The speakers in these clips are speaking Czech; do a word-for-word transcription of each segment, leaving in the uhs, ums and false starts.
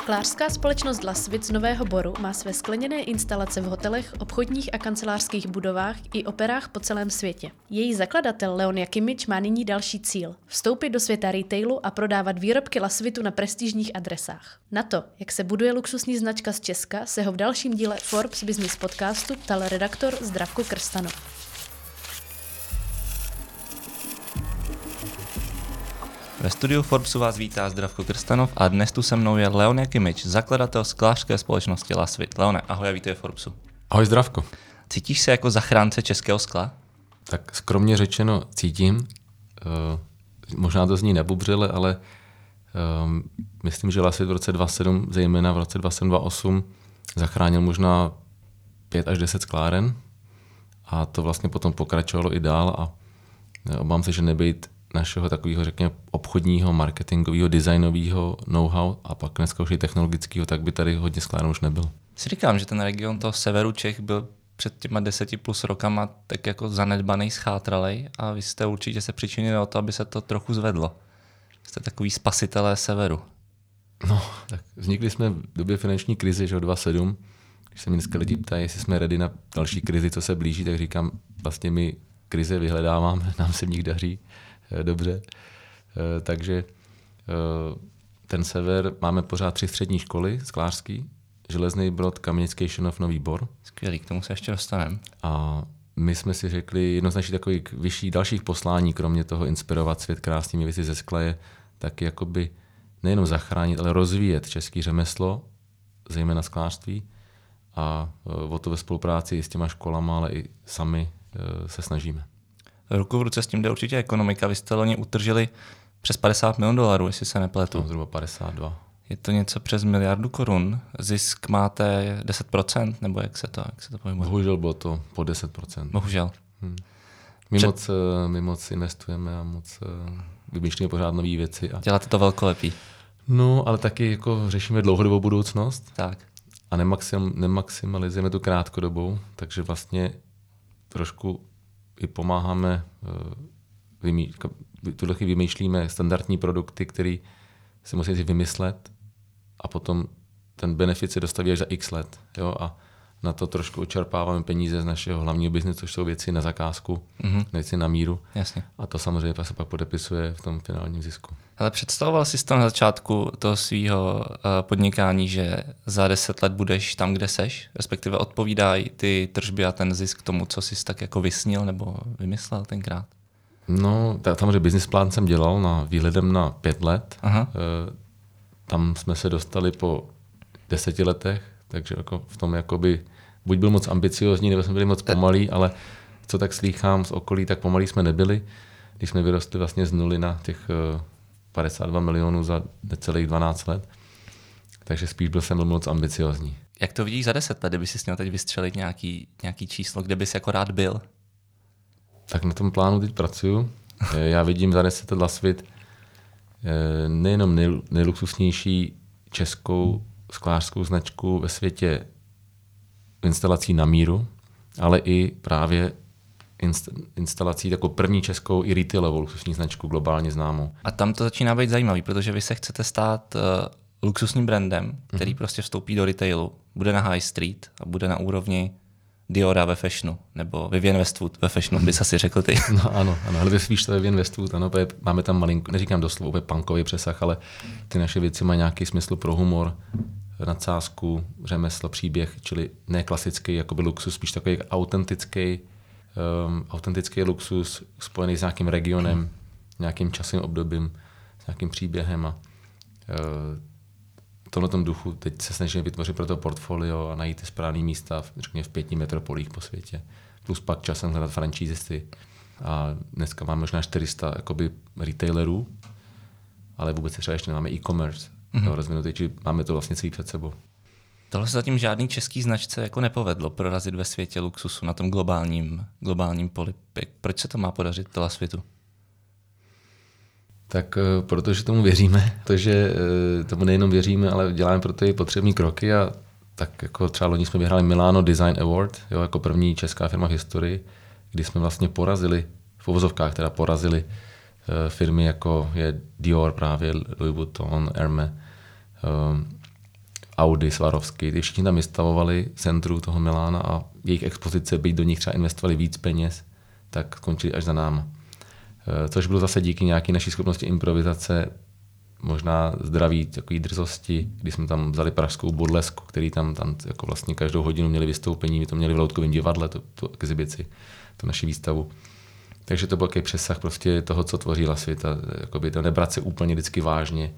Sklářská společnost Lasvit z Nového Boru má své skleněné instalace v hotelech, obchodních a kancelářských budovách i operách po celém světě. Její zakladatel Leon Jakimič má nyní další cíl – vstoupit do světa retailu a prodávat výrobky Lasvitu na prestižních adresách. Na to, jak se buduje luxusní značka z Česka, se ho v dalším díle Forbes Business podcastu ptal redaktor Zdravko Krstanov. Ve studiu Forbesu vás vítá Zdravko Krstanov a dnes tu se mnou je Leon Jakimič, zakladatel sklářské společnosti Lasvit. Leone, ahoj a vítej v Forbesu. Ahoj Zdravko. Cítíš se jako zachránce českého skla? Tak skromně řečeno cítím. Uh, možná to zní nebubřele, ale uh, myslím, že Lasvit v roce dva tisíce sedm, zejména v roce dva tisíce sedm dva tisíce osm, zachránil možná pět až deset skláren a to vlastně potom pokračovalo i dál a obávám se, že nebejt našeho takového, řekněme, obchodního, marketingového, designového know-how a pak dneska už i technologického, tak by tady hodně skláren už nebyl. Si říkám, že ten region toho severu Čech byl před těma deseti plus rokama tak jako zanedbaný, schátralej a vy jste určitě se přičinili o to, aby se to trochu zvedlo. Jste takový spasitelé severu. No, tak vznikli jsme v době finanční krize, že od dva tisíce sedm. Když se mi dneska lidi ptají, jestli jsme ready na další krizi, co se blíží, tak říkám, vlastně my krize vyhledáváme, nám se v nich daří. Dobře, takže ten sever, máme pořád tři střední školy sklářský, Železný Brod, Kamenický Šenov, Nový Bor. Skvělý, k tomu se ještě dostaneme. A my jsme si řekli, jedno z našich takových vyšších dalších poslání, kromě toho inspirovat svět krásnými věci ze skla, je taky jakoby nejenom zachránit, ale rozvíjet český řemeslo, zejména sklářství. A o to ve spolupráci s těma školama, ale i sami se snažíme. Ruku v ruce s tím jde určitě ekonomika. Vy jste loni utržili přes padesát milionů dolarů, jestli se nepletu. No, zhruba padesát dva. Je to něco přes miliardu korun. Zisk máte deset procent, nebo jak se to, jak se to pohybuje? Bohužel bylo to po deset procent. Bohužel. Hmm. My, Před... moc, my moc investujeme a moc vymýšlíme pořád nové věci. A... Děláte to velkolepý. No, ale taky jako řešíme dlouhodobou budoucnost. Tak. A nemaxim, nemaximalizujeme tu krátkodobou, takže vlastně trošku i pomáháme, vymý, tuhle chvíli vymýšlíme standardní produkty, které si musí si vymyslet a potom ten benefit se dostaví až za x let. Jo? A na to trošku očerpáváme peníze z našeho hlavního biznesu, což jsou věci na zakázku, mm-hmm. věci na míru. Jasně. A to samozřejmě se pak podepisuje v tom finálním zisku. Ale představoval jsi to na začátku toho svého podnikání, že za deset let budeš tam, kde seš? Respektive odpovídají ty tržby a ten zisk tomu, co jsi tak jako vysnil nebo vymyslel tenkrát? No, samozřejmě business plán jsem dělal na výhledem na pět let. Aha. E, tam jsme se dostali po deseti letech, takže jako v tom jakoby buď byl moc ambiciozní, nebo jsme byli moc pomalí, ale co tak slýchám z okolí, tak pomalí jsme nebyli. Když jsme vyrostli vlastně z nuly na těch padesát dva milionů za necelých dvanáct let, takže spíš byl jsem byl moc ambiciozní. Jak to vidíš za deset let, kdyby jsi měl teď vystřelit nějaký, nějaký číslo, kde bys jako rád byl? Tak na tom plánu teď pracuju. Já vidím za deset let Lasvit nejenom nej, nejluxusnější českou sklářskou značku ve světě instalací na míru, ale i právě inst- instalací jako první českou i retailovou luxusní značku globálně známou. A tam to začíná být zajímavý, protože vy se chcete stát uh, luxusním brandem, který mm-hmm. prostě vstoupí do retailu, bude na high street a bude na úrovni Diora ve fashionu, nebo Vivienne Westwood ve fashionu, bys asi řekl ty. No ano, ano, ale víš to Vivienne Westwood, ano, máme tam malinko, neříkám doslova úplně punkový přesah, ale ty naše věci mají nějaký smysl pro humor, nadsázku, řemeslo, příběh, čili ne klasický jakoby luxus, spíš takový autentický, um, autentický luxus spojený s nějakým regionem, mm. nějakým časovým obdobím, s nějakým příběhem a uh, v tomhle duchu teď se snažíme vytvořit pro to portfolio a najít ty správné místa v, řekně, v pěti metropolích po světě. Plus pak časem hledat franchisisty. A dneska máme možná čtyři sta jakoby retailerů, ale vůbec třeba ještě nemáme e-commerce mm-hmm. rozvinutý, čili máme to vlastně celý před sebou. Tohle se zatím žádný český značce jako nepovedlo prorazit ve světě luxusu na tom globálním, globálním poli. Proč se to má podařit Lasvitu? Tak protože tomu věříme, protože tomu nejenom věříme, ale děláme pro ty potřební kroky a tak jako třeba loni jsme vyhráli Milano Design Award, jo, jako první česká firma v historii, kdy jsme vlastně porazili, v uvozovkách teda porazili firmy jako je Dior právě, Louis Vuitton, Hermès, Audi, Swarovski, ty všichni tam vystavovali centru toho Milána a jejich expozice, byť do nich třeba investovali víc peněz, tak skončili až za náma. Což bylo zase díky nějaké naší schopnosti improvizace, možná zdraví takový drzosti, kdy jsme tam vzali pražskou burlesku, který tam, tam jako vlastně každou hodinu měli vystoupení, my to měli v Loutkovém divadle, tu, tu exibici, tu naši výstavu. Takže to byl takový přesah prostě toho, co tvoří La Svita, jakoby to nebrat se úplně vždycky vážně,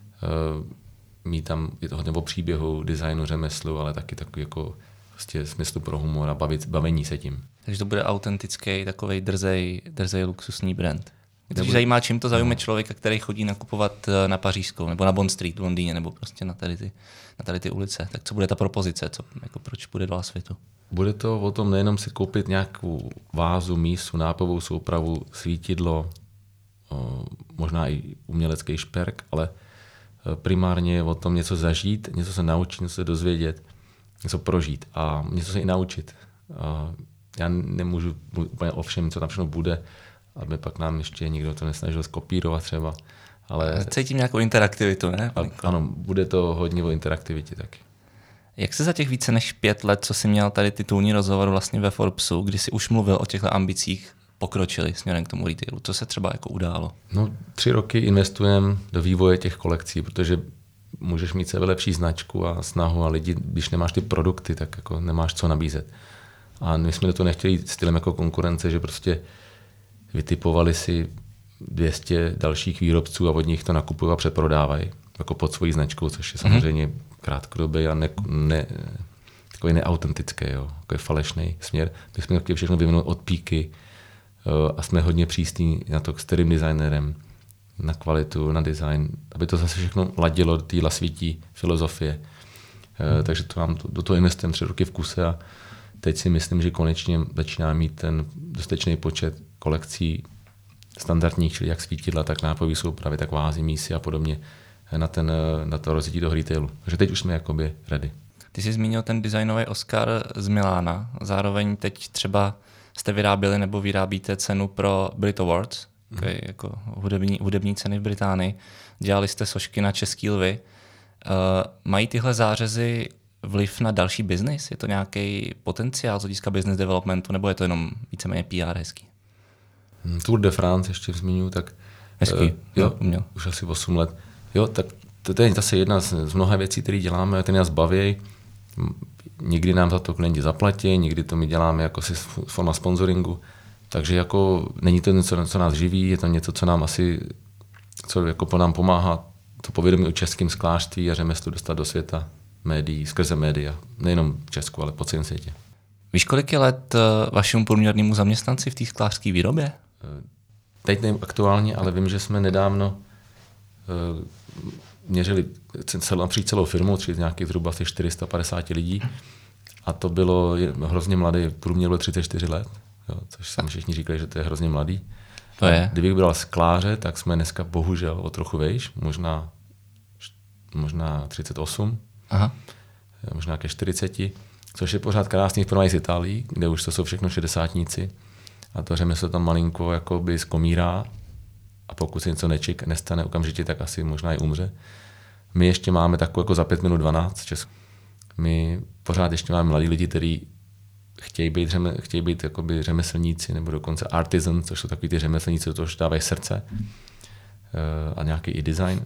mít tam je to hodně o příběhu, designu, řemeslu, ale taky takový jako prostě smyslu pro humor a bavit, bavení se tím. Takže to bude autentický, takovej drzej, drzej luxusní brand. Mě to bude... zajímá, čím to zaujme člověka, který chodí nakupovat na Pařížskou nebo na Bond Street v Londýně nebo prostě na tady ty, na tady ty ulice. Tak co bude ta propozice? Co, jako proč bude do La Svitu? Bude to o tom nejenom si koupit nějakou vázu, mísu, nápovou soupravu, svítidlo, možná i umělecký šperk, ale primárně je o tom něco zažít, něco se naučit, něco se dozvědět, něco prožít a něco se i naučit. Já nemůžu mluvit úplně o všem, co tam všechno bude, aby pak nám ještě někdo to nesnažil skopírovat třeba. Ale cítím nějakou interaktivitu, ne? A, ano, bude to hodně o interaktivitě taky. Jak se za těch více než pět let, co jsi měl tady titulní rozhovor vlastně ve Forbesu, kdy jsi už mluvil o těchto ambicích, pokročili směrem k tomu retailu? Co se třeba jako událo? No, tři roky investujeme do vývoje těch kolekcí, protože můžeš mít sebe lepší značku a snahu a lidi, když nemáš ty produkty, tak jako nemáš co nabízet. A my jsme do toho nechtěli jít stylem jako konkurence, že prostě vytipovali si dvě stě dalších výrobců a od nich to nakupují a přeprodávají jako pod svojí značkou, což je samozřejmě mm-hmm. krátkodobý a ne, ne, takový neautentický, jo, takový falešný směr. My jsme chtěli všechno vyvinout od píky a jsme hodně přísní na to, s kterým designérem, na kvalitu, na design, aby to zase všechno ladilo do té La Svití filozofie. Mm. Takže to nám do toho investujeme tři roky v kuse a teď si myslím, že konečně začíná mít ten dostatečný počet kolekcí standardních, čili jak svítidla, tak nápojové soupravy, tak vázy, mísy a podobně na, ten, na to rozjetí toho retailu. Takže teď už jsme jakoby ready. Ty jsi zmínil ten designový Oscar z Milána, zároveň teď třeba jste vyráběli nebo vyrábíte cenu pro Brit Awards, mm. jako hudební, hudební ceny v Británii. Dělali jste sošky na Český lvy. Uh, mají tyhle zářezy vliv na další biznis? Je to nějaký potenciál z hlediska business developmentu, nebo je to jenom víceméně P R hezký? Tour de France ještě zmiňuji, tak hezký, uh, jo, uměl. Už asi osm let. Jo, tak to, to je zase jedna z, z mnoha věcí, které děláme, které nás baví. Někdy nám za to klienti zaplatí, někdy to my děláme jako si forma sponsoringu. Takže jako není to něco, co nás živí, je to něco, co nám asi, co jako po nám pomáhá to povědomí o českém sklářství a řemeslu dostat do světa médií, skrze média. Nejenom v Česku, ale po celém světě. Víš, kolik je let vašemu průměrnému zaměstnanci v té sklářské výrobě? Teď nevím aktuálně, ale vím, že jsme nedávno uh, měřili celou, napříč celou firmu, čili nějakých zhruba asi čtyři sta padesát lidí a to bylo hrozně mladý, průměr byl třicet čtyři let, jo, což jsem všichni říkali, že to je hrozně mladý. To je. Kdybych bral skláře, tak jsme dneska bohužel o trochu vejš, možná, možná třicet osm, Aha. možná ke čtyřiceti, což je pořád krásný v porovnání s Itálií, kde už to jsou všechno šedesátníci a to řemeslo tam malinko jakoby skomírá a pokud se něco neček, nestane okamžitě, tak asi možná i umře. My ještě máme takovou jako za pět minut dvanáct Česku. My pořád ještě máme mladí lidi, kteří chtějí být, řeme, chtějí být jakoby řemeslníci nebo dokonce artisan, což jsou takový ty řemeslníci, do toho dávají srdce a nějaký i design.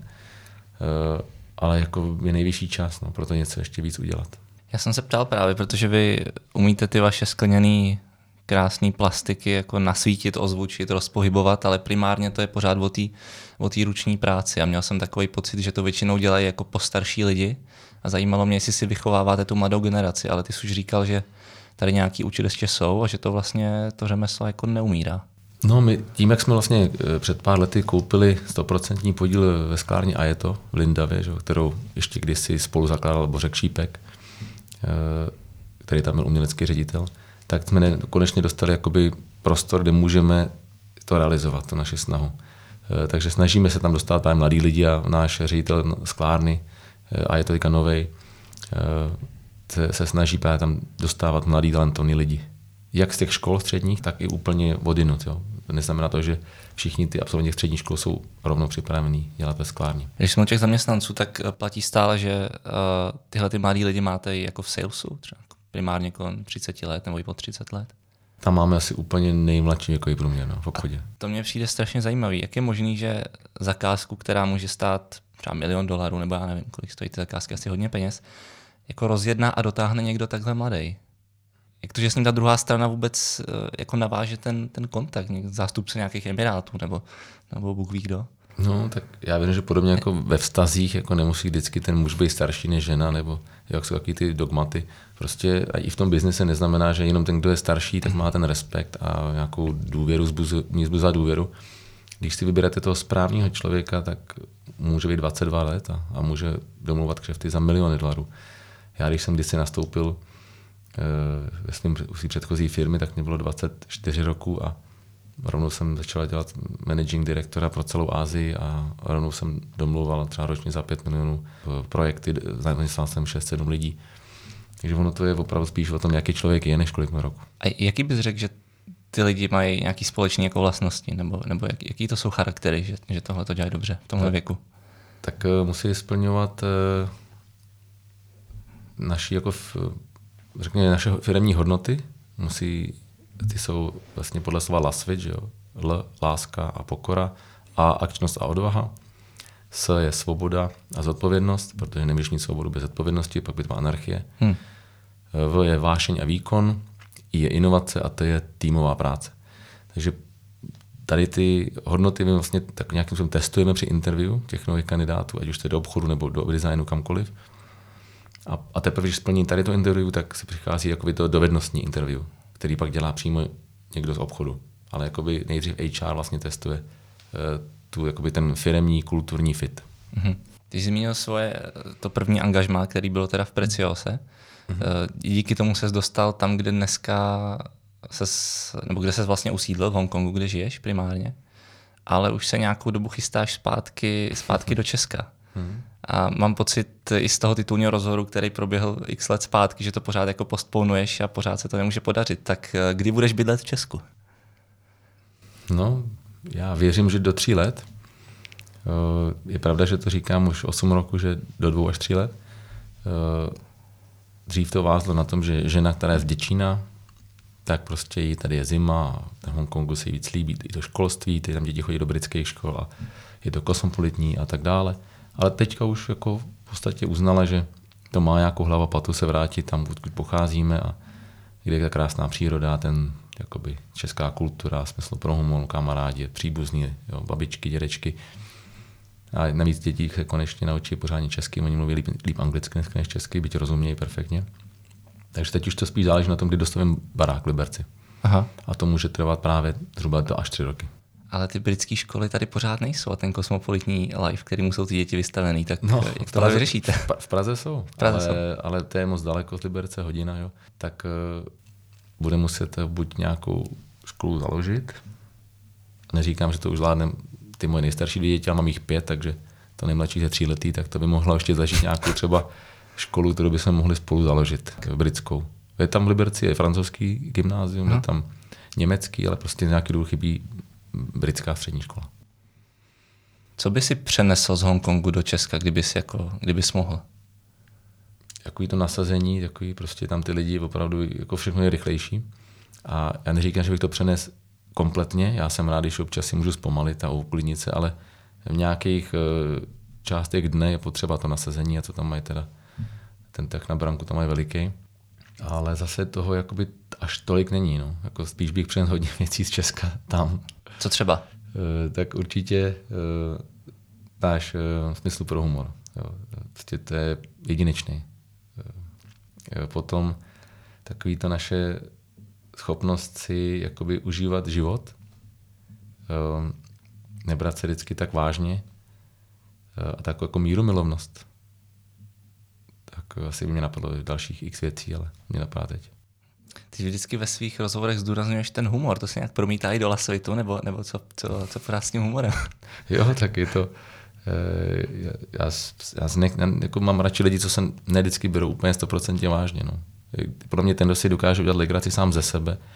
Ale jako je nejvyšší čas, no, proto něco ještě víc udělat. Já jsem se ptal právě, protože vy umíte ty vaše skleněné krásné plastiky jako nasvítit, ozvučit, rozpohybovat, ale primárně to je pořád o té o té ruční práci. A měl jsem takový pocit, že to většinou dělají jako postarší lidi a zajímalo mě, jestli si vychováváte tu mladou generaci, ale ty jsi už říkal, že tady nějaký učiliště jsou a že to vlastně to řemeslo jako neumírá. No, my tím, jak jsme vlastně před pár lety koupili sto procent podíl ve sklárně Ajeto v Lindavě, že, kterou ještě kdysi spolu zakládal Bořek Šípek, který tam byl umělecký ředitel, tak jsme ne, konečně dostali jakoby prostor, kde můžeme to realizovat, tu naši snahu. Takže snažíme se tam dostat právě mladí lidi a náš ředitel sklárny, a je to teďka novej, se, se snaží právě tam dostávat mladí talentovní lidi. Jak z těch škol středních, tak i úplně odinut. Jo. To neznamená to, že všichni ty absolventi střední školy jsou rovnou připravení dělat ve sklárně. Když jsme u těch zaměstnanců, tak platí stále, že uh, tyhle ty mladí lidi máte jako v salesu, třeba primárně kolem třicet let nebo i po třicet let? Tam máme asi úplně nejmladší věkový průměr no, v obchodě. A to mně přijde strašně zajímavý. Jak je možný, že zakázku, která může stát třeba milion dolarů, nebo já nevím, kolik stojí ty zakázky, asi hodně peněz, jako rozjedná a dotáhne někdo takhle mladý? Jak to, že s ním ta druhá strana vůbec jako naváže ten, ten kontakt, zástupce nějakých emirátů nebo, nebo Bůh ví kdo? No, tak já vím, že podobně jako ve vztazích jako nemusí vždycky ten muž být starší než žena, nebo jak jsou takový ty dogmaty. Prostě a i v tom biznise neznamená, že jenom ten, kdo je starší, tak má ten respekt a nějakou důvěru, zbuzuje důvěru. Když si vyberete toho správného člověka, tak může být dvacet dva let a, a může domluvat kšefty za miliony dolarů. Já když jsem kdysi nastoupil ve svým předchozí firmy, tak mě bylo dvacet čtyři roku a rovnou jsem začal dělat managing direktora pro celou Asii a rovnou jsem domluval třeba ročně za pět milionů projekty, zaměstnal jsem šest sedm lidí. Takže ono to je opravdu spíš o tom, jaký člověk je, než kolik má roku. A jaký bys řekl, že ty lidi mají nějaký společný jako vlastnosti, nebo, nebo jak, jaký to jsou charaktery, že, že tohle to dělají dobře v tomhle tak, věku? Tak uh, musí splňovat uh, naši jako v, řekněme, naše firemní hodnoty, musí, ty jsou vlastně podle slova lasvit, že jo? L, láska a pokora, A, akčnost a odvaha, S je svoboda a zodpovědnost, protože nemůžeš mít svobodu bez zodpovědnosti, pak by to byla anarchie. Hmm. V je vášeň a výkon, I je inovace a T je týmová práce. Takže tady ty hodnoty my vlastně tak nějakým způsobem testujeme při interview těch nových kandidátů, ať už to je do obchodu nebo do designu, kamkoliv. A, a teprve, když splní tady to interview, tak si přichází jakoby to dovednostní interview, který pak dělá přímo někdo z obchodu. Ale jakoby nejdřív H R vlastně testuje uh, tu, jakoby ten firemní kulturní fit. Mm-hmm. Ty jsi zmínil svoje to první angažmá, který bylo teda v Preciose. Mm-hmm. Uh, díky tomu ses dostal tam, kde dneska ses, nebo kde ses vlastně usídlil, v Hongkongu, kde žiješ primárně, ale už se nějakou dobu chystáš zpátky, zpátky do Česka. Mm-hmm. A mám pocit i z toho titulního rozhovoru, který proběhl x let zpátky, že to pořád jako postponuješ a pořád se to nemůže podařit. Tak kdy budeš bydlet v Česku? No, já věřím, že do tří let. Je pravda, že to říkám už osm roku, že do dvou až tří let. Dřív to vázlo na tom, že žena, která je z Děčína, tak prostě jí tady je zima a v Hongkongu se jí víc líbí i do školství, ty tam děti chodí do britských škol a je to kosmopolitní a tak dále. Ale teďka už jako v podstatě uznala, že to má nějakou hlavu patu se vrátit tam, odkud pocházíme a kde je ta krásná příroda, ten jakoby česká kultura, smysl pro humor, kamarádi, příbuzní, jo, babičky, dědečky. A navíc děti se konečně naučí pořádně česky, oni mluví líp, líp anglicky než česky, byť rozumějí perfektně. Takže teď už to spíš záleží na tom, kdy dostavím barák v Liberci. Aha. A to může trvat právě zhruba dva až tři roky. Ale ty britské školy tady pořád nejsou a ten kosmopolitní life, kterým jsou ty děti vystavený, tak no, jak to Praze, vyřešíte? V Praze jsou, v Praze ale, jsou. ale to je moc daleko z Liberce, hodina, jo. Tak uh, bude muset buď nějakou školu založit. Neříkám, že to už zvládnem ty moje nejstarší dvě děti, ale mám jich pět, takže to nejmladší je tříletý, tak to by mohla ještě zažít nějakou třeba školu, kterou bychom mohli spolu založit, britskou. Je tam v Liberci, je francouzský gymnázium, je tam německý, ale prostě nějaký důvod chybí britská střední škola. Co by si přenesl z Hongkongu do Česka, kdybys, jako, kdybys mohl? Takový to nasazení, takový prostě tam ty lidi opravdu, jako všechno je rychlejší. A já neříkám, že bych to přenes kompletně, já jsem rád, když občas si můžu zpomalit a uklidnit se, ale v nějakých uh, částech dne je potřeba to nasazení a co tam mají teda, ten trh na branku tam mají veliký. Ale zase toho jakoby až tolik není, no. Jako spíš bych přinesl hodně věcí z Česka tam. Co třeba? Uh, tak určitě uh, náš uh, smysl pro humor. Jo. Prostě to je jedinečný. Uh, potom takový to naše schopnost si jakoby užívat život, uh, nebrat se vždycky tak vážně uh, a takovou jako mírumilovnost. Tak asi by mě napadlo dalších x věcí, ale mě napadá teď. Ty vždycky ve svých rozhovorech zdůrazňuješ ten humor, to se nějak promítá i do lasvitu, nebo, nebo co, co, co pořád s tím humorem? Jo, tak je to, já, já, já ne, jako mám radši lidi, co se ne vždycky berou úplně sto procent vážně. No. Pro mě ten, kdo si dokáže udělat legraci sám ze sebe,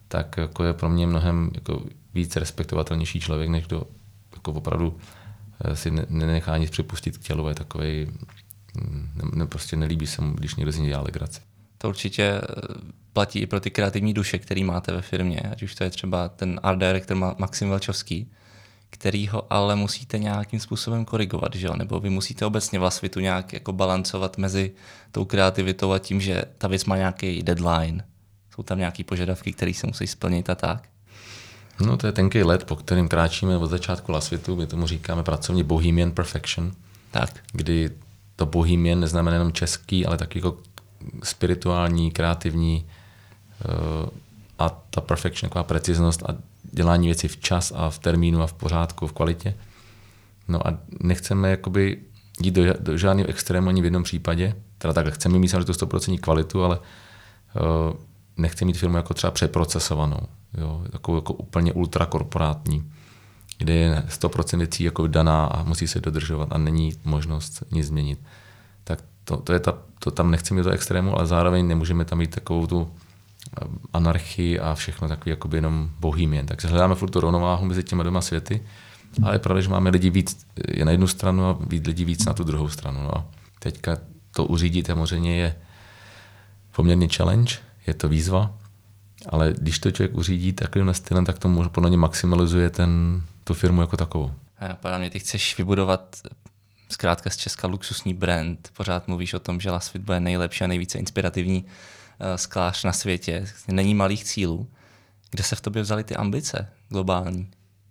tak jako je pro mě mnohem jako víc respektovatelnější člověk, než kdo jako opravdu si ne, nenechá nic připustit k tělu, je takovej, ne, ne, prostě nelíbí se mu, když někdo z něj dělá legraci. To určitě platí i pro ty kreativní duše, který máte ve firmě, ať už to je třeba ten art director Maxim Velčovský, který ho ale musíte nějakým způsobem korigovat, že jo? Nebo vy musíte obecně v Lasvitu nějak jako balancovat mezi tou kreativitou a tím, že ta věc má nějaký deadline. Jsou tam nějaké požadavky, které se musí splnit a tak? No to je tenký led, po kterým kráčíme od začátku Lasvitu, my tomu říkáme pracovně Bohemian Perfection, tak. Kdy to Bohemian neznamená jenom český, ale taky jako spirituální, kreativní uh, a ta perfection, taková preciznost a dělání věcí včas a v termínu a v pořádku, v kvalitě. No a nechceme jakoby jít do, do žádného extrému ani v jednom případě, teda tak chceme mít samozřejmě tu sto procent kvalitu, ale uh, nechceme mít firmu jako třeba přeprocesovanou, jo, takovou jako úplně ultrakorporátní, kde je sto procent věcí jako daná a musí se dodržovat a není možnost nic změnit. Tak to, to, je ta, to tam nechceme mít do extrému, ale zároveň nemůžeme tam mít takovou tu anarchii a všechno takový jakoby jenom bohemian. Takže hledáme furt tu rovnováhu mezi těma dvěma světy, ale je pravda, že máme lidi víc je na jednu stranu a lidi víc na tu druhou stranu. No. Teďka to uřídit samozřejmě je poměrně challenge, je to výzva, ale když to člověk uřídí takovým stylem, tak to podle mě maximalizuje ten, tu firmu jako takovou. A napadá mě, ty chceš vybudovat zkrátka z Česka luxusní brand. Pořád mluvíš o tom, že Lasvit bude nejlepší a nejvíce inspirativní sklář na světě. Není malých cílů. Kde se v tobě vzaly ty ambice globální?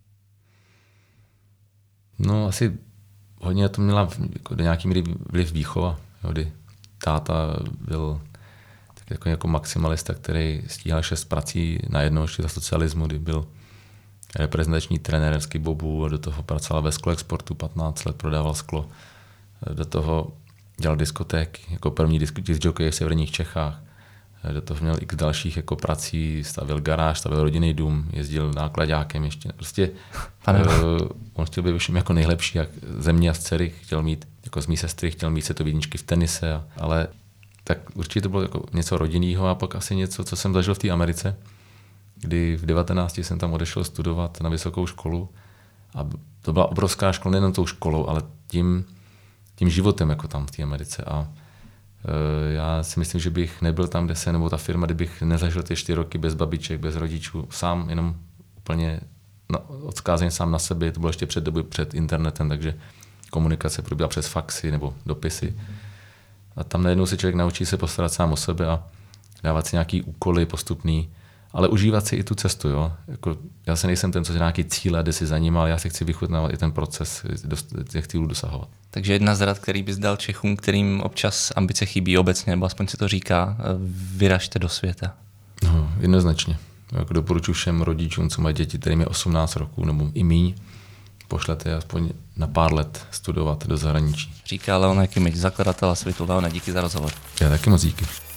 No asi hodně to měla jako do nějaký míry vliv výchova, jo, kdy táta byl takový jako maximalista, který stíhal šest prací najednou ještě za socialismu, kdy byl reprezentační trenér z Kybobu a do toho pracoval ve Skloexportu, patnáct let prodával sklo. Do toho dělal diskotéky, jako první diskjockey v severních Čechách. Do toho měl x dalších jako prací, stavil garáž, stavil rodinný dům, jezdil nákladákem ještě. Prostě uh, on chtěl být všem jako nejlepší, jak země a z dcery, chtěl mít, jako z mý sestry, chtěl mít světovědničky v tenise, a, ale tak určitě to bylo jako něco rodinného a pak asi něco, co jsem zažil v té Americe, kdy v devatenácti jsem tam odešel studovat na vysokou školu a to byla obrovská škola, nejen tou školou, ale tím, tím životem jako tam v té Americe. A e, já si myslím, že bych nebyl tam, kde se, nebo ta firma, kdybych nezažil ty čtyři roky bez babiček, bez rodičů, sám, jenom úplně no, odskázený sám na sebe, to bylo ještě před dobu před internetem, takže komunikace probíhala přes faxy nebo dopisy. A tam najednou se člověk naučí se postarat sám o sebe a dávat si nějaký úkoly postupný, ale užívat si i tu cestu. Jo? Jako, já se nejsem ten, co je nějaký cíl a jde si za ním, ale já si chci vychutnávat i ten proces, těch cílů dosahovat. Takže jedna z rad, který bys dal Čechům, kterým občas ambice chybí obecně, nebo aspoň se to říká, vyražte do světa. No, jednoznačně. Jako doporučuji všem rodičům, co mají děti, kterým je osmnáct roků nebo i míň, pošlete aspoň na pár let studovat do zahraničí. Říká Leon Jakimič, zakladatel Lasvitu. Leone, díky za rozhovor. Já taky moc díky.